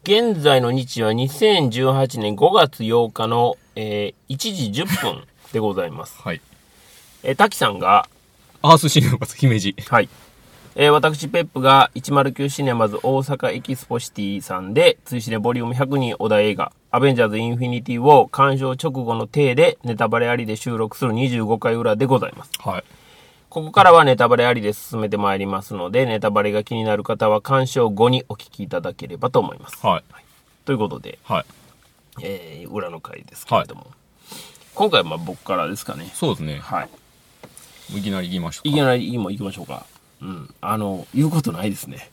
現在の日時は2018年5月8日の、1時10分でございます。 はい。 滝さんが、 アースシネマズ姫路。 はい。私、ペップが109シネマズ大阪エキスポシティさんで、追試ねボリューム100に小田映画、アベンジャーズインフィニティを鑑賞直後の体でネタバレありで収録する25回裏でございます。 はい。 ここからはネタバレありで進めてまいりますので、ネタバレが気になる方は鑑賞後にお聞きいただければと思います。 はい。 ということで、 はい。 裏の回ですけれども、今回は僕からですかね。 そうですね。 はい。 いきなり言いましょうか。 いきなり今行きましょうか。うん。言うことないですね。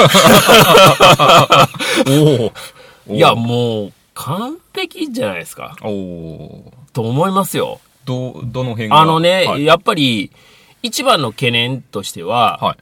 おお。 いや、もう、完璧じゃないですか。 おお。 と思いますよ。 どの辺がはい、 やっぱり、一番の懸念としては、 はい、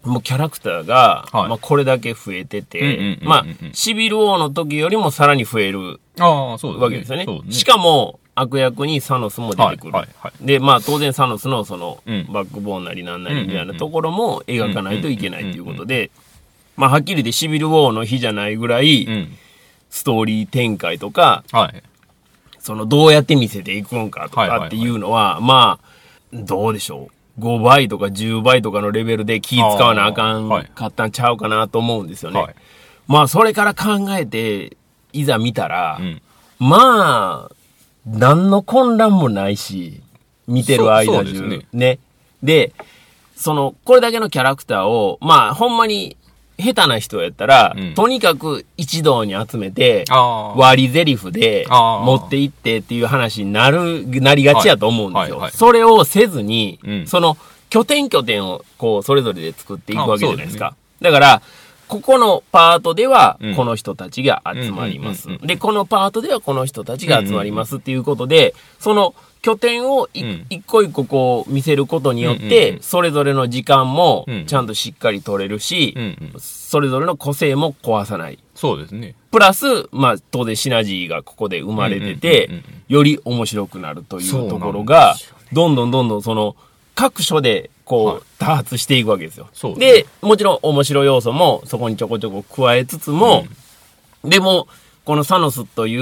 もうキャラクターが、 はい、 まあこれだけ増えてて、まあ、シビル王の時よりもさらに増えるわけですよね。しかも、悪役にサノスも出てくる。はいはいはい、で、まあ当然サノスのその、バックボーンなりなんなりみたいなところも描かないといけないということで、まあはっきり言ってシビル王の日じゃないぐらい、ストーリー展開とか、はい、そのどうやって見せていくんかとかっていうのは、まあ、どうでしょう。5倍とか10倍とかのレベルで気使わなあかんかったんちゃうかなと思うんですよね。はい、まあそれから考えて、いざ見たら、まあ、何の混乱もないし、見てる間中。ね。で、これだけのキャラクターを、まあほんまに、下手な人やったら、とにかく一堂に集めて、割り台詞で持っていってっていう話になりがちやと思うんですよ。それをせずに、その拠点をこう、それぞれで作っていくわけじゃないですか。だから、ここのパートでは、この人たちが集まります。で、このパートではこの人たちが集まりますっていうことで、その拠点を一個一個こう見せることによって、それぞれの時間もちゃんとしっかり取れるし、それぞれの個性も壊さない。 そうですね。 プラス、まあ当然シナジーがここで生まれてて、より面白くなるというところが、どんどんその各所でこう多発していくわけですよ。で、もちろん面白い要素もそこにちょこちょこ加えつつも、でも、このサノスという、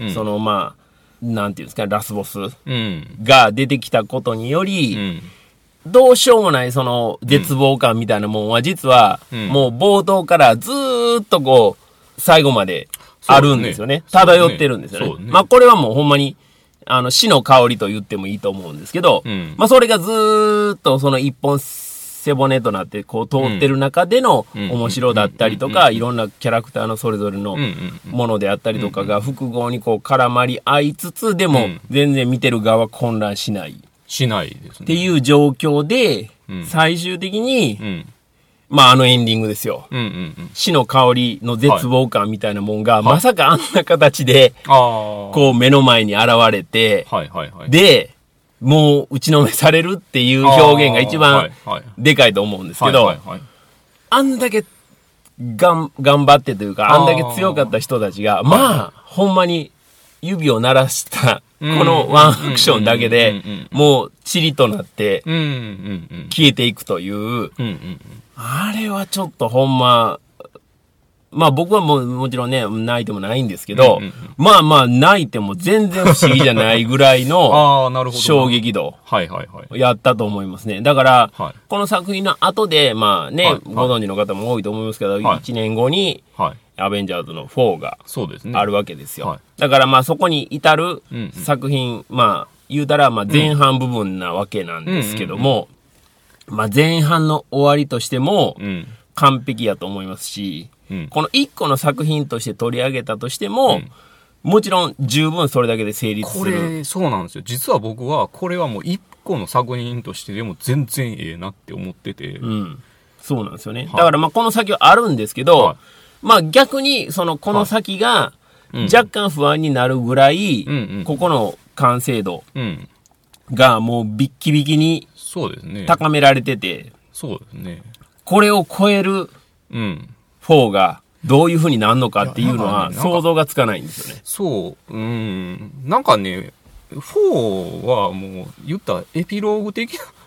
そのまあ、なんていうんですか、ラスボスが出てきたことにより、どうしようもないその絶望感みたいなもんは実は、もう冒頭からずーっとこう、最後まであるんですよね。漂ってるんですよね。まあこれはもうほんまに、死の香りと言ってもいいと思うんですけど、まあそれがずーっとその一本背骨となってこう通ってる中での面白だったりとか、いろんなキャラクターのそれぞれのものであったりとかが複合にこう絡まり合いつつ、でも全然見てる側は混乱しない。 しないですね。 っていう状況で、最終的に、まあエンディングですよ。死の香りの絶望感みたいなもんが、まさかあんな形で、こう目の前に現れて、で、もう打ちのめされるっていう表現が一番でかいと思うんですけど、あんだけ頑張ってというか、あんだけ強かった人たちが、まあ、ほんまに指を鳴らした、このワンアクションだけで、もう塵となって消えていくという、あれはちょっとほんま、まあ僕はもちろんね、泣いてもないんですけど、まあ泣いても全然不思議じゃないぐらいの衝撃度やったと思いますね。だから、この作品の後で、まあね、ご存知の方も多いと思いますけど、1年後に、アベンジャーズの4があるわけですよ。だからまあそこに至る作品、まあ言うたらまあ前半部分なわけなんですけども、まあ前半の終わりとしても完璧やと思いますし、この一個の作品として取り上げたとしても、もちろん十分それだけで成立する。 これ、そうなんですよ。実は僕は、これはもう一個の作品としてでも全然ええなって思ってて。 そうなんですよね。だからまあこの先はあるんですけど、まあ逆に、この先が若干不安になるぐらい、ここの完成度がもうビッキビキに高められてて、 そうですね。 これを超える、4がどういう風になるのかっていうのは想像がつかないんですよね。 そう、なんかね、4はもう言ったエピローグ的な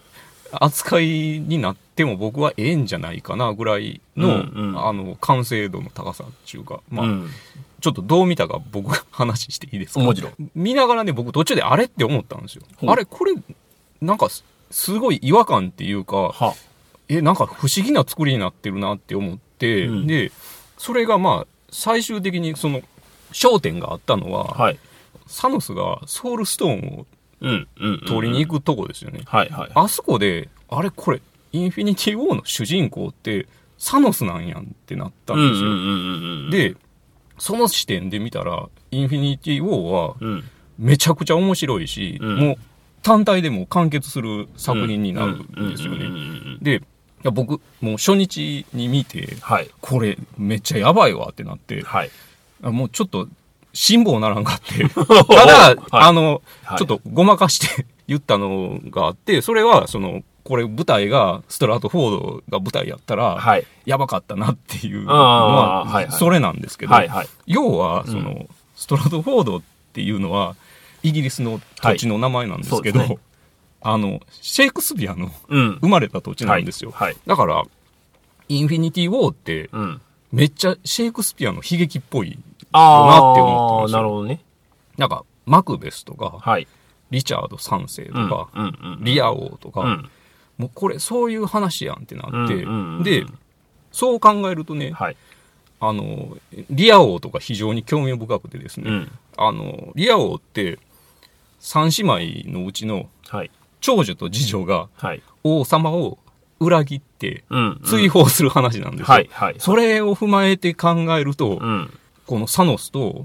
扱いになっても僕はええんじゃないかなぐらいの、完成度の高さっていうか、まあ、ちょっとどう見たか僕話していいですか？ もちろん。 見ながらね、僕途中であれって思ったんですよ。あれ、これ、なんか、すごい違和感っていうか、なんか不思議な作りになってるなって思って、で、それがまあ、最終的にその、焦点があったのは、サノスがソウルストーンを取りに行くとこですよね。あそこで、あれこれ、インフィニティ・ウォーの主人公ってサノスなんやんってなったんですよ。で、その視点で見たら、インフィニティ・ウォーはめちゃくちゃ面白いし、もう単体でも完結する作品になるんですよね。で、僕、もう初日に見て、これめっちゃやばいわってなって、もうちょっと辛抱ならんかって、ただ、ちょっとごまかして言ったのがあって、それは、これ舞台が、ストラトフォードが舞台やったら、やばかったなっていうのは、それなんですけど、要は、ストラトフォードっていうのは、イギリスの土地の名前なんですけど、シェイクスピアの生まれた土地なんですよ。だから、インフィニティ・ウォーって、めっちゃシェイクスピアの悲劇っぽいよなって思ってます。 なるほどね。 なんか、マクベスとか、リチャード3世とか、リア王とか、もうこれそういう話やんってなって、で、そう考えるとね、リア王とか非常に興味深くてですね、リア王って3姉妹のうちの長女と次女が王様を裏切って追放する話なんですよ。それを踏まえて考えると、このサノスと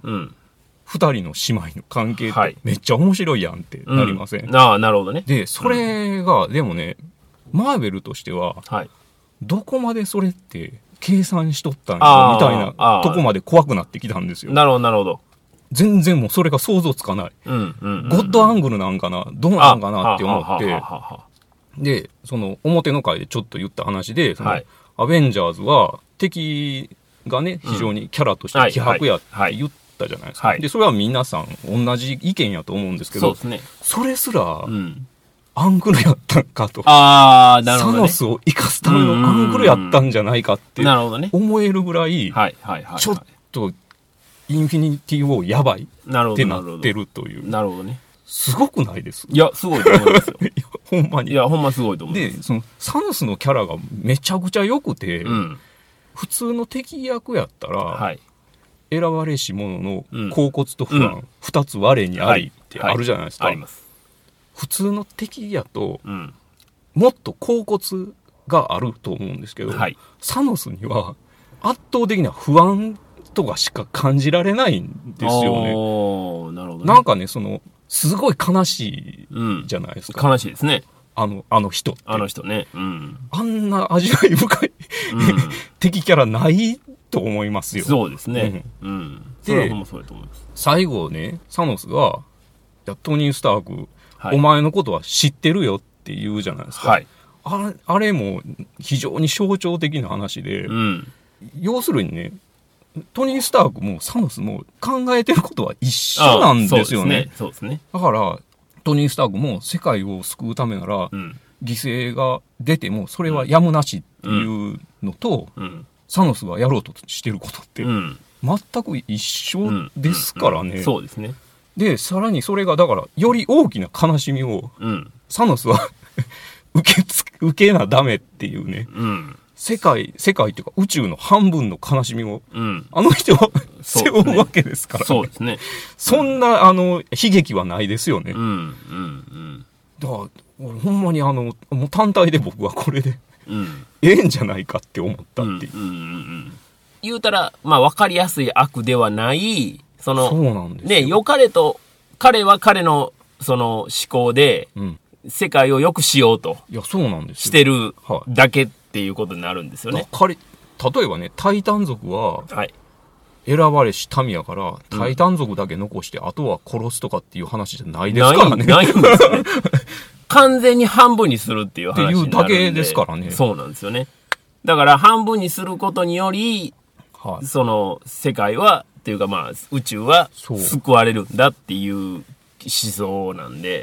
2人の姉妹の関係ってめっちゃ面白いやんってなりません？ なるほどね。 で、それが、でもね、マーベルとしては、どこまでそれって計算しとったんやみたいなとこまで怖くなってきたんですよ。 なるほど、なるほど。 全然もうそれが想像つかない。ゴッドアングルなんかな、どうなんかなって思って、で、その表の回でちょっと言った話で、アベンジャーズは敵がね、非常にキャラとして希薄やって言ったじゃないですか。で、それは皆さん同じ意見やと思うんですけど、それすら、アングルやったんかと。サノスを生かすためのアングルやったんじゃないかって思えるぐらい、ちょっとインフィニティ・ウォーやばいってなってるという。 なるほどね。 すごくないです？ いや、すごいと思いますよ。 ほんまに。 いや、ほんますごいと思う。 で、サノスのキャラがめちゃくちゃ良くて、普通の敵役やったら、選ばれし者の恍惚と不安、二つ我にありってあるじゃないですか。 あります。 普通の敵やと、もっと恍惚があると思うんですけど、サノスには圧倒的な不安とかしか感じられないんですよね。 なるほどね。 なんかね、すごい悲しいじゃないですか。 悲しいですね。 あの人って。 あの人ね。 あんな味わい深い敵キャラないと思いますよ。 そうですね。それはほんまそうだと思います。 最後ね、サノスが、トニー・スターク、お前のことは知ってるよって言うじゃないですか。あれも非常に象徴的な話で、要するにね、トニー・スタークもサノスも考えてることは一緒なんですよね。 そうですね。 だから、トニー・スタークも世界を救うためなら、犠牲が出てもそれはやむなしっていうのと、サノスがやろうとしてることって、全く一緒ですからね。 そうですね。 で、さらにそれが、だから、より大きな悲しみを、サノスは受けなダメっていうね、世界っていうか宇宙の半分の悲しみを、あの人は背負うわけですから、ね。 そうですね。 そんな、悲劇はないですよね。だから、ほんまにもう単体で僕はこれで、ええんじゃないかって思ったっていう。 言うたら、まあ、わかりやすい悪ではない、 そうなんですよ。 ね、良かれと、彼は彼の、思考で、世界を良くしようと。 いや、そうなんですよ。 してるだけっていうことになるんですよね。 例えばね、タイタン族は、選ばれし民やから、タイタン族だけ残して、あとは殺すとかっていう話じゃないですからね。 ないんですよね。完全に半分にするっていう話になるんで。 っていうだけですからね。 そうなんですよね。だから半分にすることにより、世界は、っていうかまあ、宇宙は救われるんだっていう思想なんで。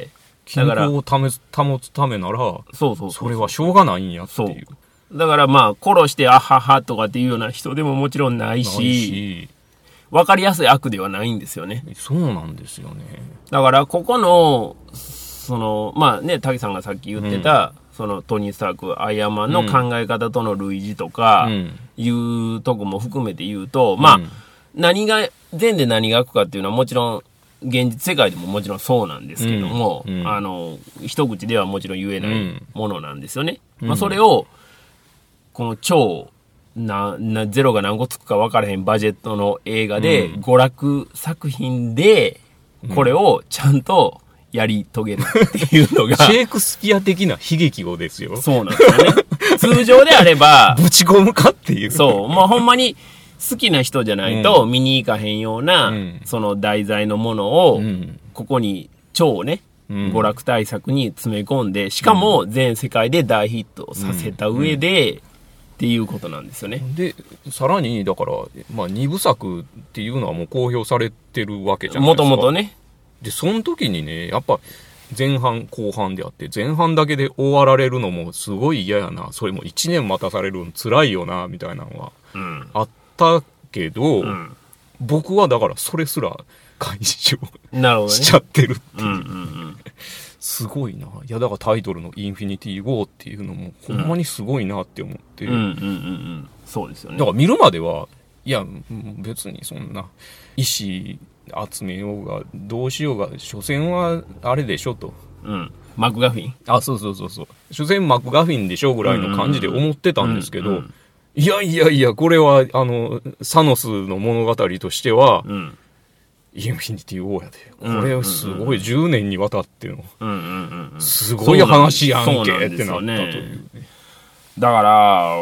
均衡を保つためなら、それはしょうがないんやっていう。 だからまあ、殺してあははとかっていうような人でももちろんないし、わかりやすい悪ではないんですよね。 そうなんですよね。 だから、ここの、まあね、タキさんがさっき言ってた、そのトニー・スターク、アイアンマンの考え方との類似とか、いうとこも含めて言うと、まあ、善で何が悪かっていうのはもちろん、現実世界でももちろんそうなんですけども、一口ではもちろん言えないものなんですよね。まあ、それを、このゼロが何個つくか分からへんバジェットの映画で、娯楽作品で、これをちゃんとやり遂げるっていうのが。 シェイクスピア的な悲劇をですよ。 そうなんですよね。通常であれば。 ぶち込むかっていう。 そう。まあ、ほんまに好きな人じゃないと見に行かへんような、その題材のものを、ここに超ね、娯楽対策に詰め込んで、しかも全世界で大ヒットさせた上で、っていうことなんですよね。 で、さらに、だから、まあ、2部作っていうのはもう公表されてるわけじゃないですか。 もともとね。 で、その時にね、やっぱ、前半後半であって、前半だけで終わられるのもすごい嫌やな。それも1年待たされるの辛いよな、みたいなのはあったけど、僕はだからそれすら解消しちゃってるっていう。すごいな。いや、だからタイトルのインフィニティ・ウォーっていうのも、ほんまにすごいなって思って。 そうですよね。 だから見るまでは、いや、別にそんな、意思集めようが、どうしようが、所詮はあれでしょと。 マクガフィン。 そう。所詮マクガフィンでしょぐらいの感じで思ってたんですけど、いや、これは、サノスの物語としては、インフィニティ・ウォーやで。これすごい10年にわたっての、すごい話やんけってなったという。 だから、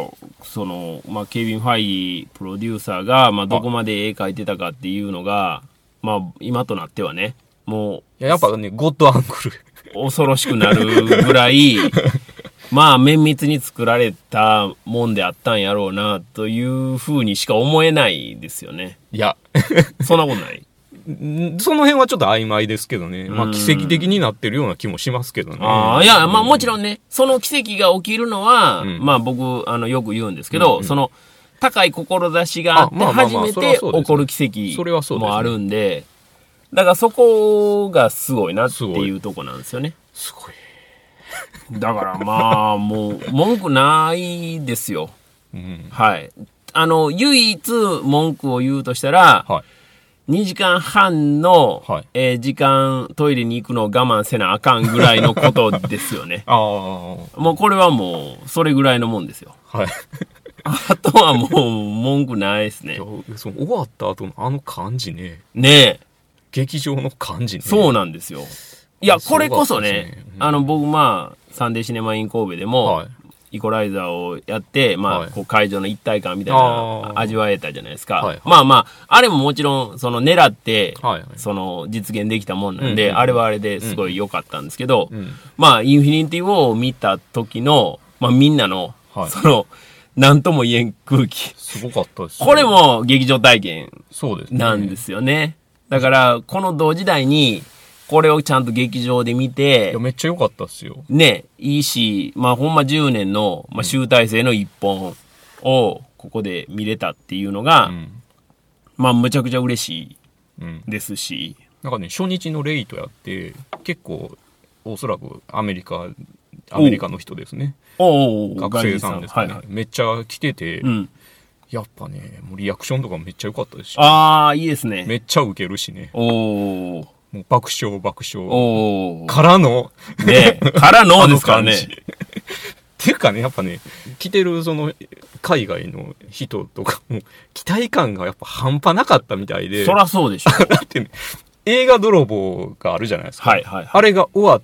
まあ、ケビン・ファイリープロデューサーが、まあ、どこまで絵描いてたかっていうのが、まあ、今となってはね、もう。やっぱね、ゴッドアングル。恐ろしくなるぐらい、まあ、綿密に作られたもんであったんやろうな、というふうにしか思えないですよね。 いや。 そんなことない。 その辺はちょっと曖昧ですけどね。まあ奇跡的になってるような気もしますけどね。 いや、まあもちろんね、その奇跡が起きるのは、まあ僕、よく言うんですけど、その、高い志があって初めて起こる奇跡もあるんで、だからそこがすごいなっていうとこなんですよね。 すごい。だからまあ、もう、文句ないですよ。はい。唯一文句を言うとしたら、2時間半の、時間トイレに行くのを我慢せなあかんぐらいのことですよね。もうこれはもう、それぐらいのもんですよ。あとはもう、文句ないですね。 終わった後のあの感じね。 ねえ。 劇場の感じね。 そうなんですよ。いや、これこそね、僕まあ、サンデーシネマイン神戸でも、イコライザーをやって、まあ、こう会場の一体感みたいな味わえたじゃないですか。まあまあ、あれももちろん、狙って、実現できたもんなんで、あれはあれですごい良かったんですけど、まあ、インフィニティ・ウォーを見た時の、まあみんなの、なんとも言えん空気。 すごかったです。 これも劇場体験なんですよね。だから、この同時代に、これをちゃんと劇場で見て。 いや、めっちゃ良かったっすよ。 ね、いいし、まあほんま10年の、まあ、集大成の一本をここで見れたっていうのが、まあむちゃくちゃ嬉しいですし。 なんかね、初日のレイトやって、結構、おそらくアメリカの人ですね。学生さんですかね。めっちゃ来てて、やっぱね、もうリアクションとかめっちゃ良かったですし。 いいですね。 めっちゃウケるしね。もう爆笑。からの。 からのですからね。 っていうかね、やっぱね、来てる海外の人とかも、期待感がやっぱ半端なかったみたいで。 そらそうでしょ。 だってね、映画泥棒があるじゃないですか。あれが終わって、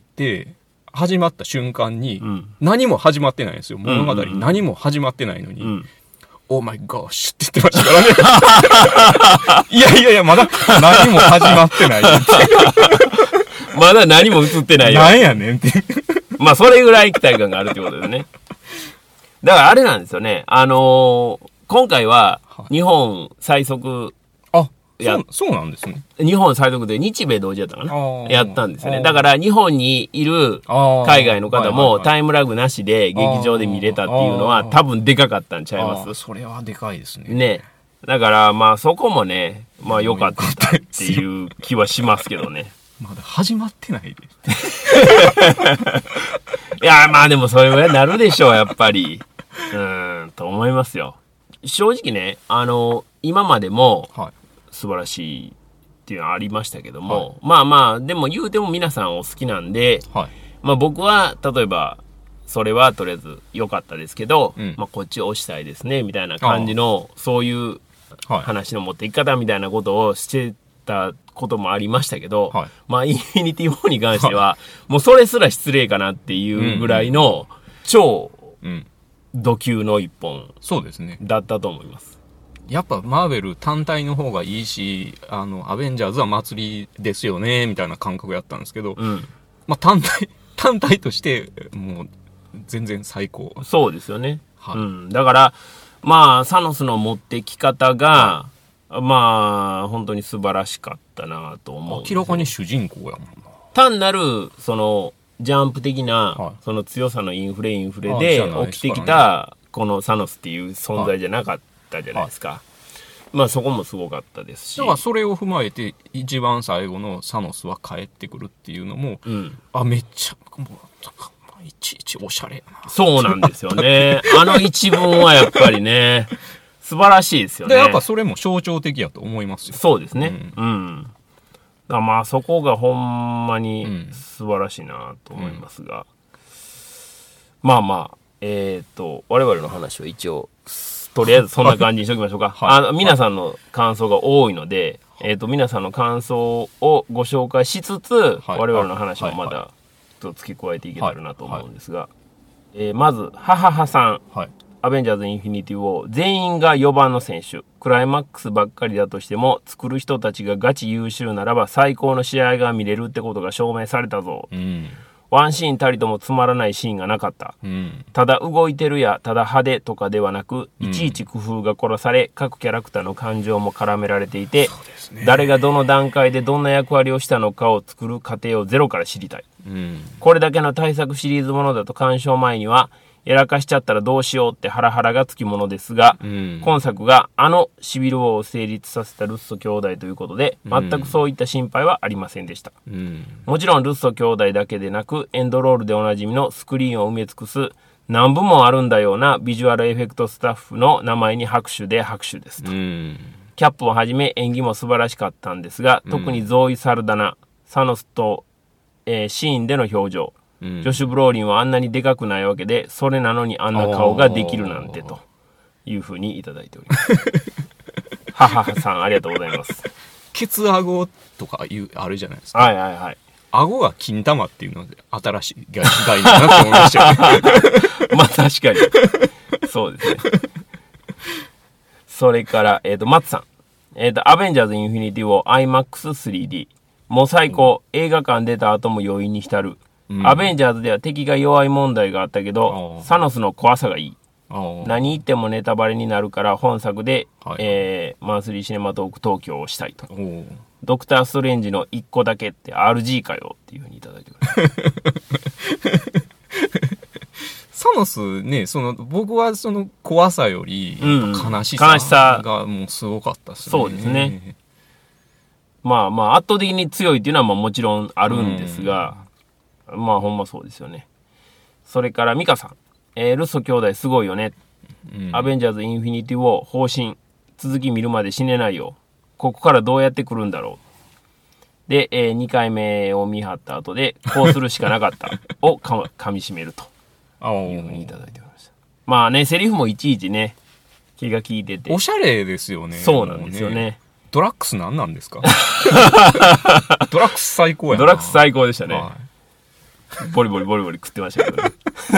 始まった瞬間に、何も始まってないんですよ。物語何も始まってないのに。オーマイゴーシュって言ってましたからね。いや、まだ何も始まってない。 まだ何も映ってないよ。 なんやねんって。 まあ、それぐらい期待感があるってことですね。だからあれなんですよね。今回は、日本最速そうなんですね。 日本最速で日米同時やったかなやったんですよね。だから日本にいる海外の方もタイムラグなしで劇場で見れたっていうのは多分でかかったんちゃいます？ それはでかいですね。 ね。だからまあそこもね、まあ良かったっていう気はしますけどね。 まだ始まってないで。 いや、まあでもそれぐらいになるでしょう、やっぱり。と思いますよ。正直ね、今までも素晴らしいっていうのはありましたけども、はい、まあまあ、でも言うても皆さんお好きなんで、はい、まあ僕は、例えば、それはとりあえず良かったですけど、まあこっちを押したいですね、みたいな感じの、そういう話の持っていき方みたいなことをしてたこともありましたけど、はい、まあインフィニティ4に関しては、もうそれすら失礼かなっていうぐらいの超度級の一本だったと思います。 やっぱマーベル単体の方がいいし、アベンジャーズは祭りですよねみたいな感覚やったんですけど、まあ単体としてもう全然最高。 そうですよね。はい、だからまあサノスの持ってき方が、まあ本当に素晴らしかったなと思う。 明らかに主人公やもんな。 単なるそのジャンプ的な、その強さのインフレで起きてきたこのサノスっていう存在じゃなかったじゃないですか。まあそこもすごかったですし。 だからそれを踏まえて一番最後のサノスは帰ってくるっていうのも、めっちゃもういちいちおしゃれやな。 そうなんですよね。一文はやっぱりね。素晴らしいですよね。 で、やっぱそれも象徴的やと思いますよ。 そうですね。だまあそこがほんまに素晴らしいなと思いますが。まあまあ、我々の話は一応、とりあえずそんな感じにしときましょうか。皆さんの感想が多いので、皆さんの感想をご紹介しつつ、我々の話もまだ付け加えていけたらなと思うんですが、まず、はははさん。アベンジャーズ・インフィニティ・ウォー全員が4番の選手。クライマックスばっかりだとしても、作る人たちがガチ優秀ならば最高の試合が見れるってことが証明されたぞ。ワンシーンたりともつまらないシーンがなかった。ただ動いてるや、ただ派手とかではなく、いちいち工夫が凝らされ、各キャラクターの感情も絡められていて、誰がどの段階でどんな役割をしたのかを作る過程をゼロから知りたい。これだけの大作シリーズものだと鑑賞前には、やらかしちゃったらどうしようってハラハラがつきものですが、今作がシビル王を成立させたルッソ兄弟ということで、全くそういった心配はありませんでした。もちろんルッソ兄弟だけでなく、エンドロールでおなじみのスクリーンを埋め尽くす何部もあるんだようなビジュアルエフェクトスタッフの名前に拍手で拍手ですと。キャップをはじめ演技も素晴らしかったんですが、特にゾーイ・サルダナ、サノスと、シーンでの表情、ジョシュ・ブローリンはあんなにでかくないわけで、それなのにあんな顔ができるなんてというふうにいただいております。はははさんありがとうございます。 ケツアゴとかあるじゃないですか。顎が金玉っていうので新しい概念だなと思いましたよね。 まあ確かにそうですね。それからマツさん、アベンジャーズインフィニティを IMAX3D もう最高、映画館出た後も余韻に浸る。アベンジャーズでは敵が弱い問題があったけど、サノスの怖さがいい。何言ってもネタバレになるから本作で、マンスリーシネマトーク東京をしたいと。ドクターストレンジの1個だけって RG かよっていうふうにいただいてくれサノスね、僕はその怖さより悲しさがもうすごかったですね。 そうですね。まあまあ圧倒的に強いっていうのはまあもちろんあるんですが、まあほんまそうですよね。それからミカさん、ルッソ兄弟すごいよね。アベンジャーズインフィニティを方針、続き見るまで死ねないよ。ここからどうやってくるんだろう。で、2回目を見張った後でこうするしかなかったを噛み締めるというふうにいただいておりました。まあね、セリフもいちいちね気が利いてておしゃれですよね。 そうなんですよね。 ドラックスなんですか？ドラックス最高やな。 ドラックス最高でしたね。ボリボリボリボリ食ってましたけどね。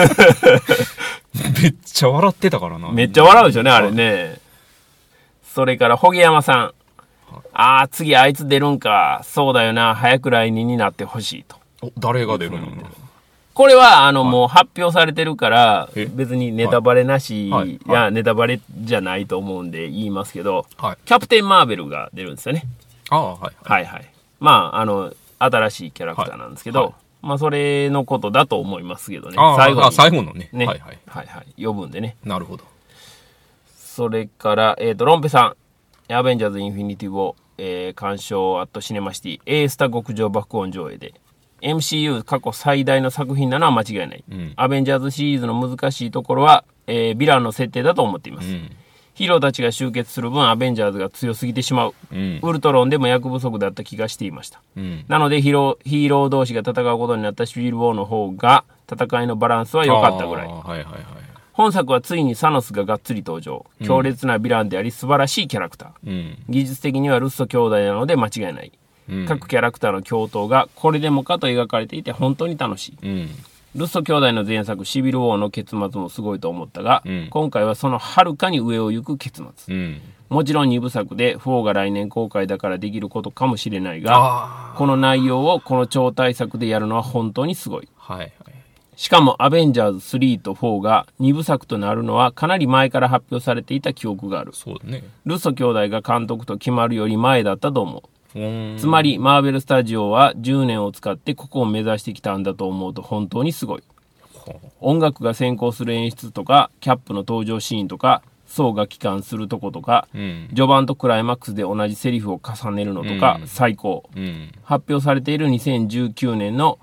めっちゃ笑ってたからな。 めっちゃ笑うでしょね、あれね。それから、ホゲヤマさん。次あいつ出るんか。そうだよな。早く来年になってほしいと。 誰が出るの？ これは、もう発表されてるから、別にネタバレなし、ネタバレじゃないと思うんで言いますけど、キャプテン・マーベルが出るんですよね。はいはい。まあ、新しいキャラクターなんですけど、まあ、それのことだと思いますけどね。 最後のね。 はい。呼ぶんでね。 なるほど。 それから、ロンペさん、アベンジャーズ・インフィニティを、鑑賞アットシネマシティ、A スタ極上爆音上映で、MCU 過去最大の作品なのは間違いない。アベンジャーズシリーズの難しいところは、ヴィランの設定だと思っています。ヒーローたちが集結する分、アベンジャーズが強すぎてしまう。ウルトロンでも役不足だった気がしていました。なのでヒーロー同士が戦うことになったシビルウォーの方が、戦いのバランスは良かったぐらい。本作はついにサノスががっつり登場。強烈なヴィランであり素晴らしいキャラクター。技術的にはルッソ兄弟なので間違いない。各キャラクターの共闘がこれでもかと描かれていて本当に楽しい。ルッソ兄弟の前作シビルウォーの結末もすごいと思ったが、今回はそのはるかに上を行く結末。もちろん2部作で4が来年公開だからできることかもしれないが、この内容をこの超大作でやるのは本当にすごい。しかもアベンジャーズ3と4が2部作となるのはかなり前から発表されていた記憶がある。ルッソ兄弟が監督と決まるより前だったと思う。つまりマーベルスタジオは10年を使ってここを目指してきたんだと思うと本当にすごい。音楽が先行する演出とかキャップの登場シーンとかソーが帰還するとことか、序盤とクライマックスで同じセリフを重ねるのとか、最高。発表されている2019年の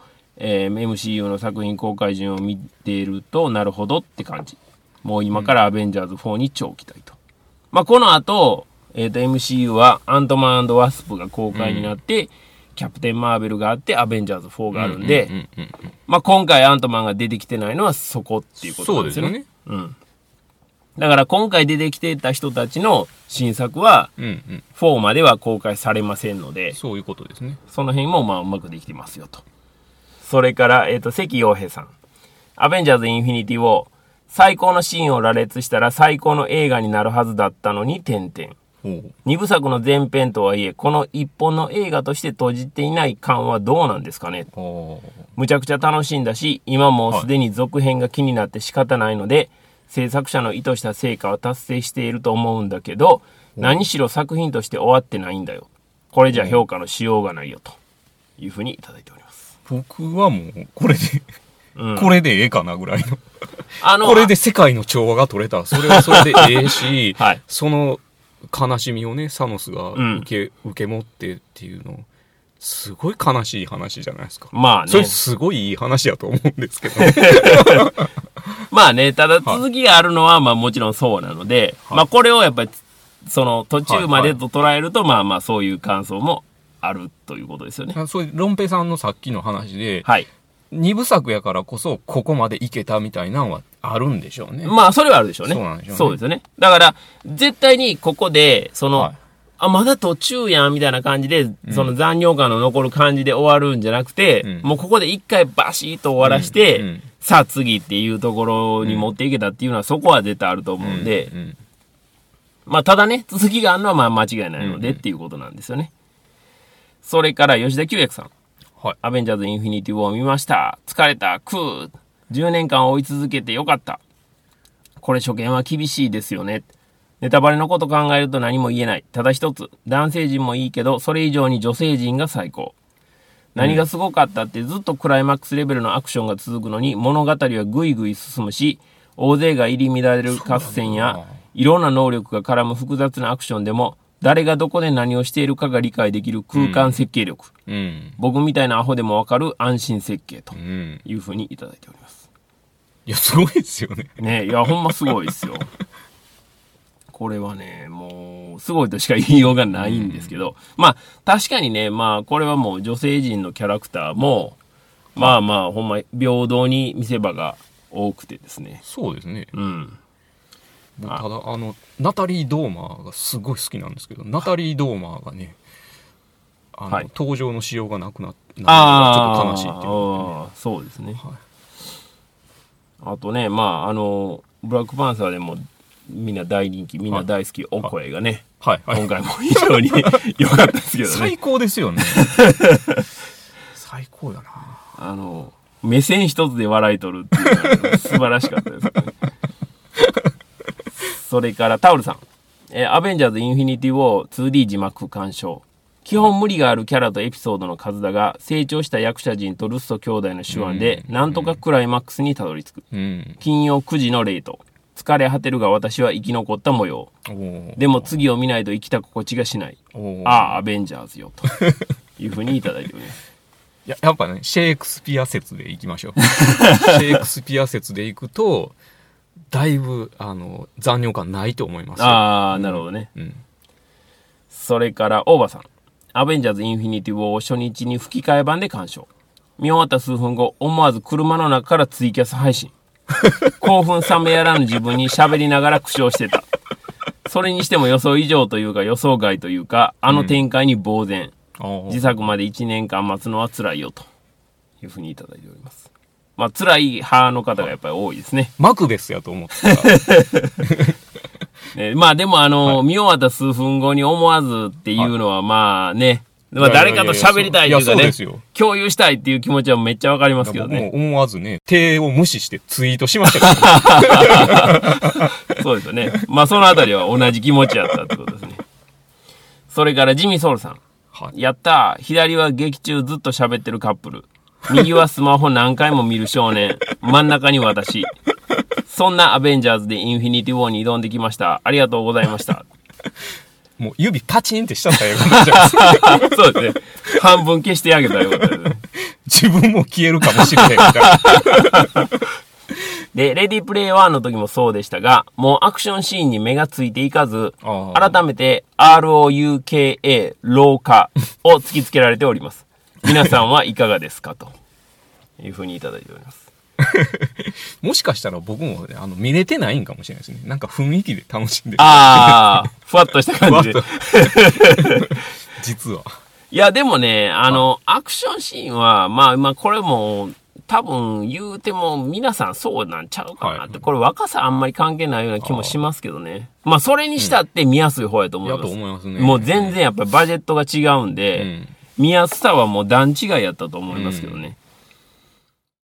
MCU の作品公開順を見ているとなるほどって感じ。もう今からアベンジャーズ4に超期待と。まあ、この後、MCU はアントマン&ワスプが公開になって、キャプテンマーベルがあってアベンジャーズ4があるんで、まあ、今回アントマンが出てきてないのはそこっていうことなんですよね。だから今回出てきてた人たちの新作は、4までは公開されませんので、 そういうことですね。 その辺もまあうまくできてますよと。それから、関陽平さん。アベンジャーズインフィニティを最高のシーンを羅列したら最高の映画になるはずだったのに、2部作の前編とはいえ、この一本の映画として閉じていない感はどうなんですかね。むちゃくちゃ楽しんだし、今もうすでに続編が気になって仕方ないので、制作者の意図した成果を達成していると思うんだけど、何しろ作品として終わってないんだよ。これじゃ評価のしようがないよというふうにいただいております。 僕はもうこれでこれでええかなぐらいのこれで世界の調和が取れたらそれはそれでええし、その悲しみをねサノスが受け持ってっていうのすごい悲しい話じゃないですか。 まあね、 それすごいいい話やと思うんですけど、 まあね、ただ続きがあるのはまあもちろんそうなので、まあこれをやっぱりその途中までと捉えるとまあまあそういう感想もあるということですよね。 そういうロンペさんのさっきの話で、2部作やからこそここまでいけたみたいなのはあるんでしょうね。 まあそれはあるでしょうね。 そうなんでしょうね。 そうですよね。だから絶対にここでその、まだ途中やんみたいな感じで、その残尿感の残る感じで終わるんじゃなくて、もうここで一回バシッと終わらして、さあ次っていうところに持っていけたっていうのはそこは絶対あると思うんで、まあただね、続きがあるのはまあ間違いないのでっていうことなんですよね。それから吉田久役さん。アベンジャーズインフィニティウォー見ました。疲れた。10年間追い続けてよかった。これ初見は厳しいですよね。ネタバレのこと考えると何も言えない。ただ一つ、男性陣もいいけど、それ以上に女性陣が最高。何がすごかったってずっとクライマックスレベルのアクションが続くのに、物語はぐいぐい進むし、大勢が入り乱れる合戦や、いろんな能力が絡む複雑なアクションでも、誰がどこで何をしているかが理解できる空間設計力。僕みたいなアホでもわかる安心設計というふうにいただいております。 いや、すごいですよね。 ね、いや、ほんますごいですよ。これはね、もう、すごいとしか言いようがないんですけど、まあ、確かにね、まあ、これはもう女性陣のキャラクターも、まあまあ、ほんま、平等に見せ場が多くてですね。 そうですね。ただナタリー・ドーマーがすごい好きなんですけど、ナタリー・ドーマーがね登場の仕様がなくなってちょっと悲しいっていう、 そうですね、あとねまあブラックパンサーでもみんな大人気みんな大好きお声がね、今回も非常に良かったですけどね。 最高ですよね。最高やな。 目線一つで笑い取るっていうのが素晴らしかったですね。それからタオルさん。アベンジャーズインフィニティウォー 2D 字幕鑑賞。基本無理があるキャラとエピソードの数だが、成長した役者陣とルッソ兄弟の手腕で、なんとかクライマックスにたどり着く。金曜9時のレート。疲れ果てるが私は生き残った模様。でも次を見ないと生きた心地がしない。ああ、アベンジャーズよ。というふうにいただいております。 やっぱね、シェイクスピア説でいきましょう。シェイクスピア説でいくと、だいぶ、残尿感ないと思いますよ。 ああ、なるほどね。それから、大場さん。アベンジャーズインフィニティウォーを初日に吹き替え版で鑑賞。見終わった数分後、思わず車の中からツイキャス配信。興奮冷めやらぬ自分に喋りながら苦笑してた。それにしても予想以上というか予想外というか、あの展開に呆然。自作まで1年間待つのは辛いよというふうにいただいております。まあ辛い派の方がやっぱり多いですね。 マクベスやと思ってた。ね、まあでも見終わった数分後に思わずっていうのはまあね、まあ誰かと喋りたいというかね、共有したいっていう気持ちはめっちゃわかりますけどね。 僕も思わずね、手を無視してツイートしましたからね。 そうですよね。まあそのあたりは同じ気持ちやったってことですね。それからジミーソウルさん。はい、やったー。左は劇中ずっと喋ってるカップル。右はスマホ何回も見る少年。真ん中に私。そんなアベンジャーズでインフィニティウォーに挑んできました。ありがとうございました。 もう指パチンってしちゃったよ。 そうですね。半分消してあげたらよかったですね。 自分も消えるかもしれないみたいな。 で、レディープレイ1の時もそうでしたが、もうアクションシーンに目がついていかず、改めて ROUKA、老化を突きつけられております。皆さんはいかがですかというふうにいただいております。 もしかしたら僕も、ね、見れてないんかもしれないですね。なんか雰囲気で楽しんでる。 ああ、ふわっとした感じで。 実は。 いや、でもね、アクションシーンは、まあ、これも、多分言うても皆さんそうなんちゃうかなって、これ若さあんまり関係ないような気もしますけどね。まあそれにしたって見やすい方やと思います。 やと思いますね。 もう全然やっぱりバジェットが違うんで、見やすさはもう段違いやったと思いますけどね。